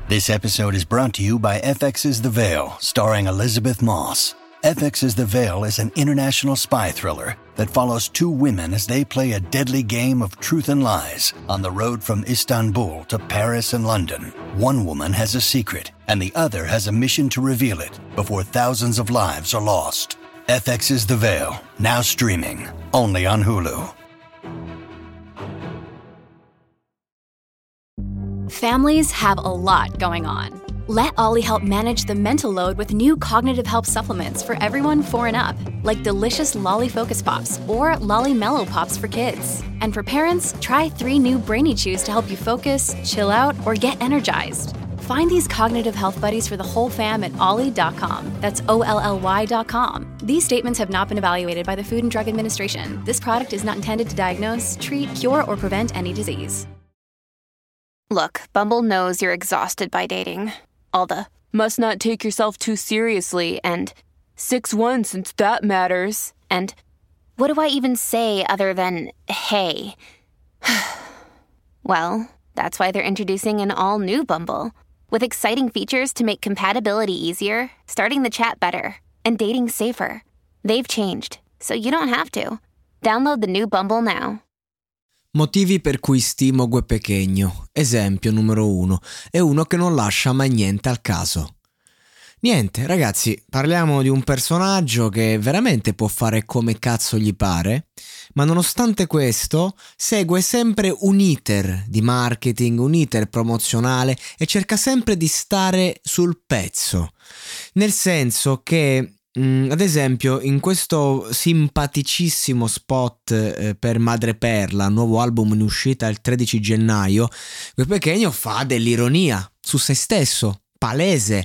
This episode is brought to you by FX's The Veil, starring Elizabeth Moss. FX's The Veil is an international spy thriller that follows two women as they play a deadly game of truth and lies on the road from Istanbul to Paris and London. One woman has a secret, and the other has a mission to reveal it before thousands of lives are lost. FX's The Veil, now streaming, only on Hulu. Families have a lot going on. Let Ollie help manage the mental load with new cognitive help supplements for everyone 4 and up, like delicious Lolly Focus Pops or Lolly Mellow Pops for kids. And for parents, try 3 new Brainy Chews to help you focus, chill out, or get energized. Find these cognitive health buddies for the whole fam at ollie.com. That's OLLY.com. These statements have not been evaluated by the Food and Drug Administration. This product is not intended to diagnose, treat, cure, or prevent any disease. Look, Bumble knows you're exhausted by dating. All the, must not take yourself too seriously, and 6'1" since that matters, and what do I even say other than, hey? Well, that's why they're introducing an all-new Bumble, with exciting features to make compatibility easier, starting the chat better, and dating safer. They've changed, so you don't have to. Download the new Bumble now. Motivi per cui stimo Gue Pequeno. Esempio numero 1. È uno che non lascia mai niente al caso. Niente, ragazzi, parliamo di un personaggio che veramente può fare come cazzo gli pare, ma nonostante questo segue sempre un iter di marketing, un iter promozionale e cerca sempre di stare sul pezzo. Nel senso che ad esempio in questo simpaticissimo spot per Madreperla, nuovo album in uscita il 13 gennaio, Gue Pequeno fa dell'ironia su se stesso, palese.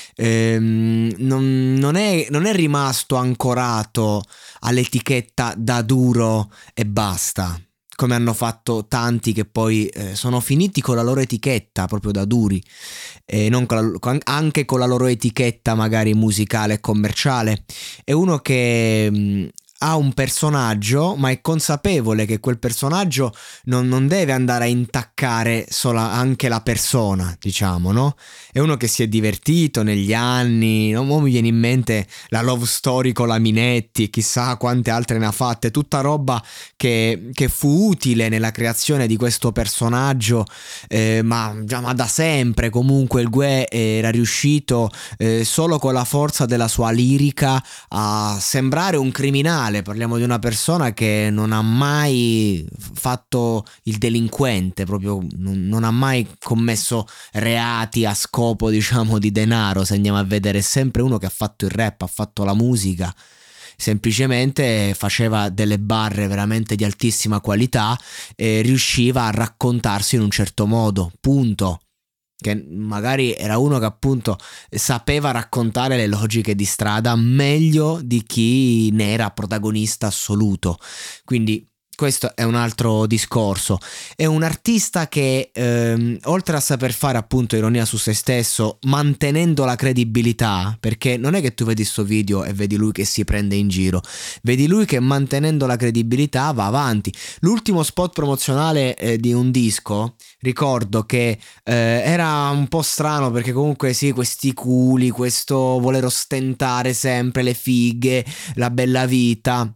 Non è rimasto ancorato all'etichetta da duro e basta, come hanno fatto tanti che poi sono finiti con la loro etichetta proprio da duri, non anche con la loro etichetta magari musicale e commerciale. È uno che ha un personaggio, ma è consapevole che quel personaggio non deve andare a intaccare anche la persona, diciamo, no? È uno che si è divertito negli anni, no? Mo mi viene in mente la love story con la Minetti, chissà quante altre ne ha fatte, tutta roba che fu utile nella creazione di questo personaggio, ma da sempre comunque il Gue era riuscito solo con la forza della sua lirica a sembrare un criminale. Parliamo di una persona che non ha mai fatto il delinquente, proprio non ha mai commesso reati a scopo, diciamo, di denaro. Se andiamo a vedere, è sempre uno che ha fatto il rap, ha fatto la musica, semplicemente faceva delle barre veramente di altissima qualità e riusciva a raccontarsi in un certo modo, punto. Che magari era uno che appunto sapeva raccontare le logiche di strada meglio di chi ne era protagonista assoluto. Quindi questo è un altro discorso. È un artista che oltre a saper fare appunto ironia su se stesso, mantenendo la credibilità, perché non è che tu vedi sto video e vedi lui che si prende in giro, vedi lui che mantenendo la credibilità va avanti. L'ultimo spot promozionale di un disco, ricordo che era un po' strano, perché comunque sì, questi culi, questo voler ostentare sempre le fighe, la bella vita,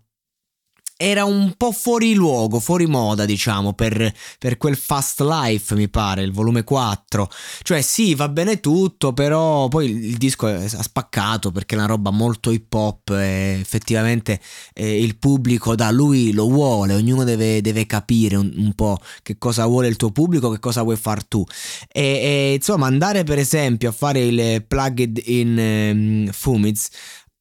era un po' fuori luogo, fuori moda, diciamo, per quel Fast Life, mi pare, il volume 4. Cioè sì, va bene tutto, però poi il disco ha spaccato perché è una roba molto hip hop e effettivamente il pubblico da lui lo vuole, ognuno deve capire un po' che cosa vuole il tuo pubblico, che cosa vuoi far tu. E insomma, andare per esempio a fare il Plugged in Fumiz,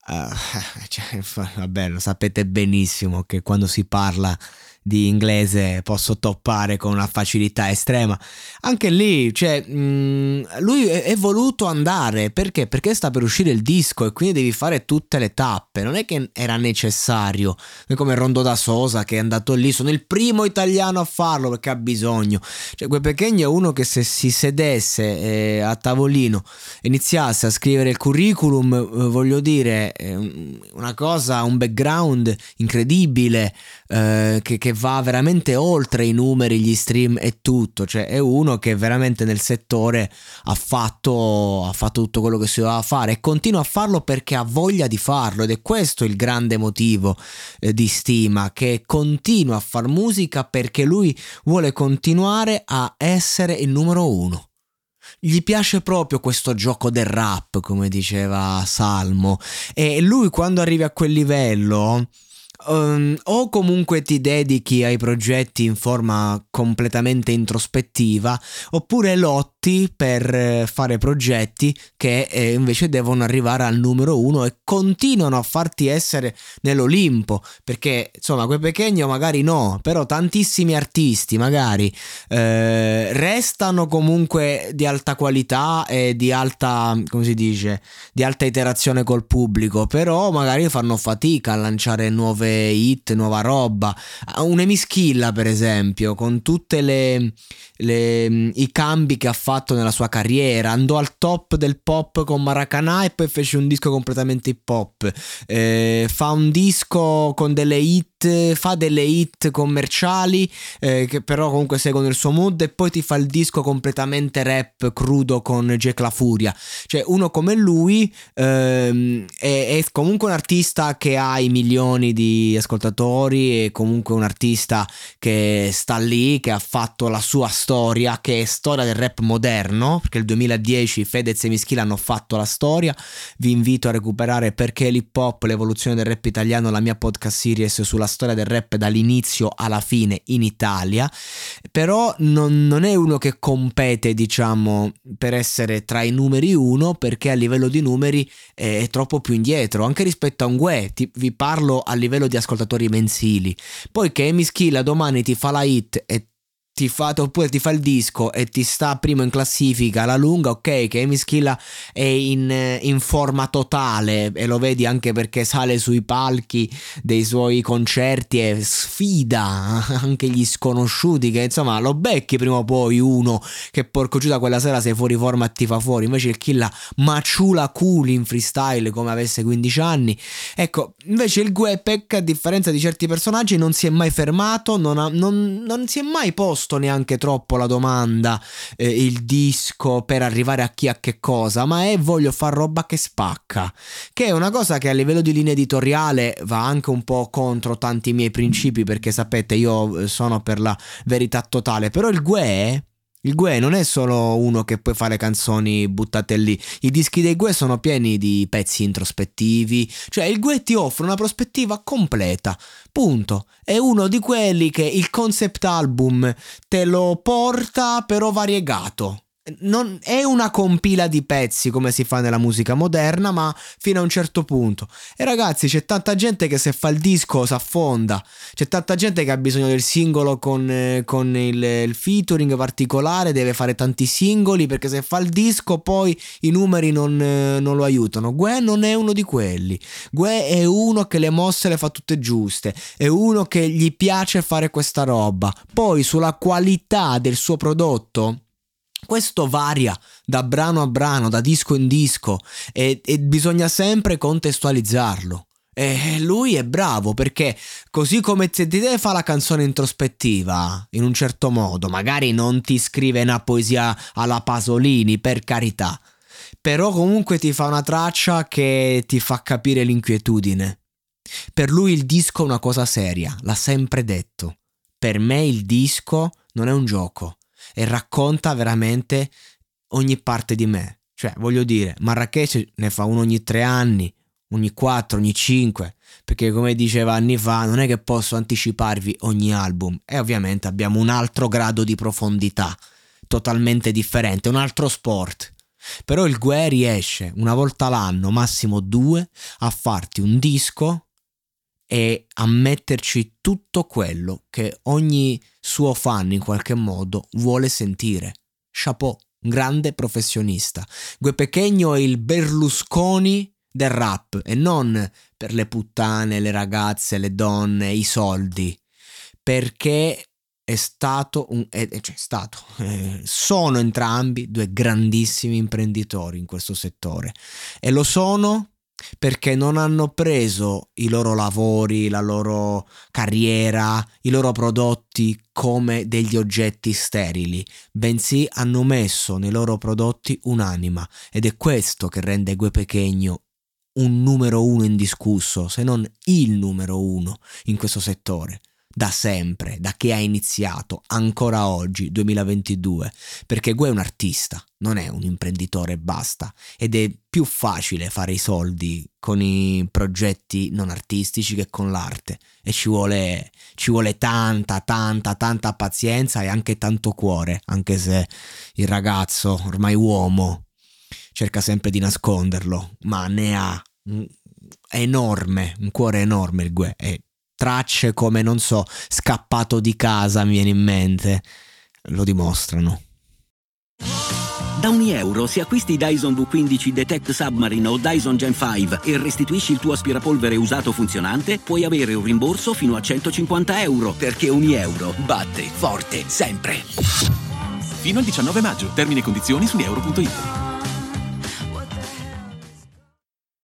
vabbè, lo sapete benissimo che quando si parla di inglese posso toppare con una facilità estrema. Anche lì, cioè, lui è voluto andare perché sta per uscire il disco e quindi devi fare tutte le tappe. Non è che era necessario, è come Rondo da Sosa che è andato lì, sono il primo italiano a farlo perché ha bisogno. Cioè, Gue Pequeno è uno che se si sedesse a tavolino e iniziasse a scrivere il curriculum, voglio dire, una cosa, un background incredibile, che va veramente oltre i numeri, gli stream e tutto, cioè è uno che veramente nel settore ha fatto tutto quello che si doveva fare e continua a farlo perché ha voglia di farlo, ed è questo il grande motivo di Stima, che continua a far musica perché lui vuole continuare a essere il numero uno. Gli piace proprio questo gioco del rap, come diceva Salmo, e lui quando arrivi a quel livello o comunque ti dedichi ai progetti in forma completamente introspettiva, oppure lotti per fare progetti che invece devono arrivare al numero uno e continuano a farti essere nell'Olimpo, perché insomma quel Pequeño magari no, però tantissimi artisti magari restano comunque di alta qualità e di alta, come si dice, di alta interazione col pubblico, però magari fanno fatica a lanciare nuove hit, nuova roba. Un Emischilla per esempio, con tutte i cambi che ha fatto nella sua carriera, andò al top del pop con Maracanã e poi fece un disco completamente hip hop, fa un disco con delle hit, fa delle hit commerciali che però comunque seguono il suo mood, e poi ti fa il disco completamente rap crudo con Jack La Furia. Cioè uno come lui è comunque un artista che ha i milioni di ascoltatori, e comunque un artista che sta lì, che ha fatto la sua storia, che è storia del rap moderno, perché il 2010 Fedez e Emischilla hanno fatto la storia. Vi invito a recuperare Perché l'hip hop, l'evoluzione del rap italiano, la mia podcast series sulla storia del rap dall'inizio alla fine in Italia. Però non è uno che compete, diciamo, per essere tra i numeri uno, perché a livello di numeri è troppo più indietro, anche rispetto a un Gue. Vi parlo a livello di ascoltatori mensili. Poi che Emischilla domani ti fa la hit e oppure ti fa il disco e ti sta primo in classifica alla lunga, ok, che Emischilla è in forma totale, e lo vedi anche perché sale sui palchi dei suoi concerti e sfida anche gli sconosciuti, che insomma lo becchi prima o poi uno che porco giuda quella sera sei fuori forma e ti fa fuori. Invece il Killa maciula culi in freestyle come avesse 15 anni. Ecco, invece il Gue Pecca, a differenza di certi personaggi, non si è mai fermato, non si è mai posto neanche troppo la domanda il disco per arrivare a chi, a che cosa, ma è voglio far roba che spacca, che è una cosa che a livello di linea editoriale va anche un po' contro tanti miei principi, perché sapete io sono per la verità totale, però il Gue non è solo uno che puoi fare canzoni buttate lì. I dischi dei Gue sono pieni di pezzi introspettivi, cioè il Gue ti offre una prospettiva completa, punto. È uno di quelli che il concept album te lo porta però variegato. Non è una compila di pezzi come si fa nella musica moderna, ma fino a un certo punto. E ragazzi, c'è tanta gente che se fa il disco s'affonda, c'è tanta gente che ha bisogno del singolo con il featuring particolare, deve fare tanti singoli, perché se fa il disco poi i numeri non lo aiutano. Gue non è uno di quelli. Gue è uno che le mosse le fa tutte giuste, è uno che gli piace fare questa roba. Poi sulla qualità del suo prodotto, questo varia da brano a brano, da disco in disco, e bisogna sempre contestualizzarlo. E lui è bravo, perché così come ZTD fa la canzone introspettiva in un certo modo, magari non ti scrive una poesia alla Pasolini, per carità, però comunque ti fa una traccia che ti fa capire l'inquietudine. Per lui il disco è una cosa seria, l'ha sempre detto. Per me il disco non è un gioco e racconta veramente ogni parte di me. Cioè, voglio dire, Marrakech ne fa uno ogni 3 anni, ogni 4, ogni 5, perché come diceva anni fa non è che posso anticiparvi ogni album, e ovviamente abbiamo un altro grado di profondità totalmente differente, un altro sport. Però il Gue riesce una volta l'anno, massimo 2, a farti un disco e a metterci tutto quello che ogni suo fan in qualche modo vuole sentire. Chapeau, un grande professionista. Gue Pequeño è il Berlusconi del rap, e non per le ragazze, le donne, i soldi, perché sono entrambi due grandissimi imprenditori in questo settore, e lo sono perché non hanno preso i loro lavori, la loro carriera, i loro prodotti come degli oggetti sterili, bensì hanno messo nei loro prodotti un'anima, ed è questo che rende Gue Pequeno un numero uno indiscusso, se non il numero uno in questo settore, da sempre, da che ha iniziato, ancora oggi, 2022, perché Gue è un artista, non è un imprenditore e basta, ed è più facile fare i soldi con i progetti non artistici che con l'arte, e ci vuole tanta pazienza e anche tanto cuore, anche se il ragazzo, ormai uomo, cerca sempre di nasconderlo, ma ne ha enorme, un cuore enorme il Gue, e tracce come, non so, Scappato di casa mi viene in mente, lo dimostrano. Da €1 se acquisti Dyson V15 Detect Submarine o Dyson Gen 5 e restituisci il tuo aspirapolvere usato funzionante, puoi avere un rimborso fino a €150, perché €1 batte forte sempre. Fino al 19 maggio. Termini e condizioni su euro.it.